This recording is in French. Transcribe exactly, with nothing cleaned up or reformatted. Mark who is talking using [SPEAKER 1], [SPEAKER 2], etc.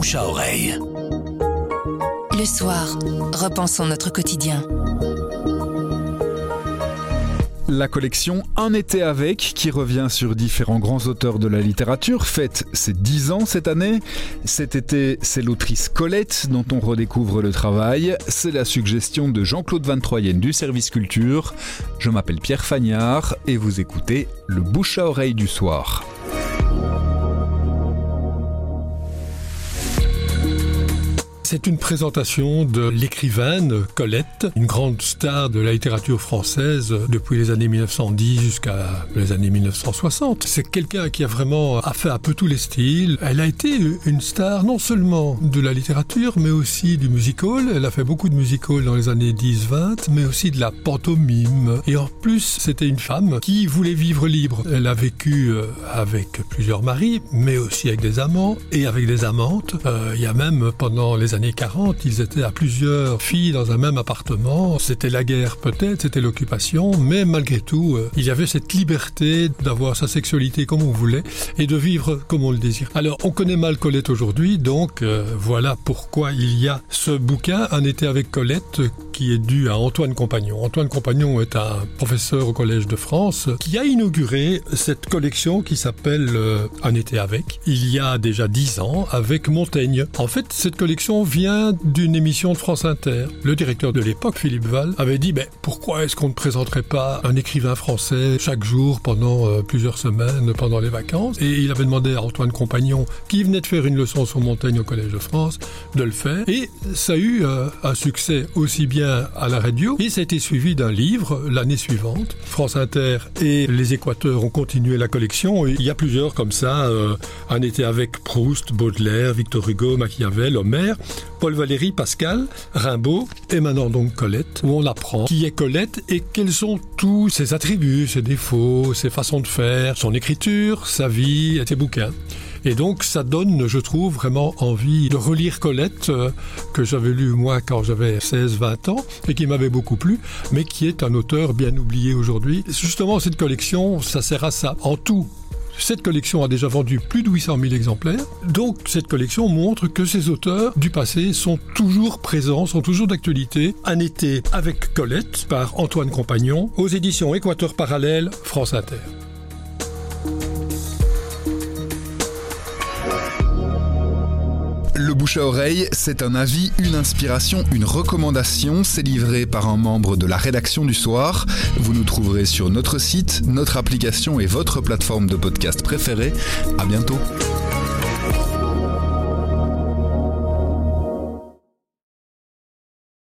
[SPEAKER 1] bouche à oreille.
[SPEAKER 2] Le soir, repensons notre quotidien.
[SPEAKER 3] La collection Un été avec, qui revient sur différents grands auteurs de la littérature, fête ses dix ans cette année. Cet été, c'est l'autrice Colette dont on redécouvre le travail. C'est la suggestion de Jean-Claude Van Troyen du Service Culture. Je m'appelle Pierre Fagnard et vous écoutez le bouche à oreille du soir.
[SPEAKER 4] C'est une présentation de l'écrivaine Colette, une grande star de la littérature française depuis les années mille neuf cent dix jusqu'à les années mille neuf cent soixante. C'est quelqu'un qui a vraiment a fait un peu tous les styles. Elle a été une star non seulement de la littérature, mais aussi du music-hall. Elle a fait beaucoup de music-hall dans les années dix vingt, mais aussi de la pantomime. Et en plus, c'était une femme qui voulait vivre libre. Elle a vécu avec plusieurs maris, mais aussi avec des amants et avec des amantes. Euh, il y a même pendant les années quarante, ils étaient à plusieurs filles dans un même appartement. C'était la guerre peut-être, c'était l'occupation, mais malgré tout, euh, il y avait cette liberté d'avoir sa sexualité comme on voulait et de vivre comme on le désire. Alors, on connaît mal Colette aujourd'hui, donc euh, voilà pourquoi il y a ce bouquin, Un été avec Colette, qui est dû à Antoine Compagnon. Antoine Compagnon est un professeur au Collège de France qui a inauguré cette collection qui s'appelle euh, Un été avec, il y a déjà dix ans, avec Montaigne. En fait, cette collection vient d'une émission de France Inter. Le directeur de l'époque, Philippe Val, avait dit ben, « Pourquoi est-ce qu'on ne présenterait pas un écrivain français chaque jour pendant euh, plusieurs semaines, pendant les vacances ?» Et il avait demandé à Antoine Compagnon, qui venait de faire une leçon sur Montaigne au Collège de France, de le faire. Et ça a eu euh, un succès aussi bien à la radio, et ça a été suivi d'un livre l'année suivante. France Inter et les Équateurs ont continué la collection. Et il y a plusieurs comme ça, euh, Un été avec Proust, Baudelaire, Victor Hugo, Machiavel, Homère, Paul Valéry, Pascal, Rimbaud et maintenant donc Colette, où on apprend qui est Colette et quels sont tous ses attributs, ses défauts, ses façons de faire, son écriture, sa vie et ses bouquins. Et donc ça donne, je trouve, vraiment envie de relire Colette, euh, que j'avais lu moi quand j'avais seize vingt ans et qui m'avait beaucoup plu, mais qui est un auteur bien oublié aujourd'hui. Justement, cette collection, ça sert à ça. En tout, cette collection a déjà vendu plus de huit cent mille exemplaires. Donc, cette collection montre que ces auteurs du passé sont toujours présents, sont toujours d'actualité. Un été avec Colette, par Antoine Compagnon, aux éditions Équateur Parallèle, France Inter.
[SPEAKER 3] Le bouche à oreille, c'est un avis, une inspiration, une recommandation. C'est livré par un membre de la rédaction du soir. Vous nous trouverez sur notre site, notre application et votre plateforme de podcast préférée. À bientôt.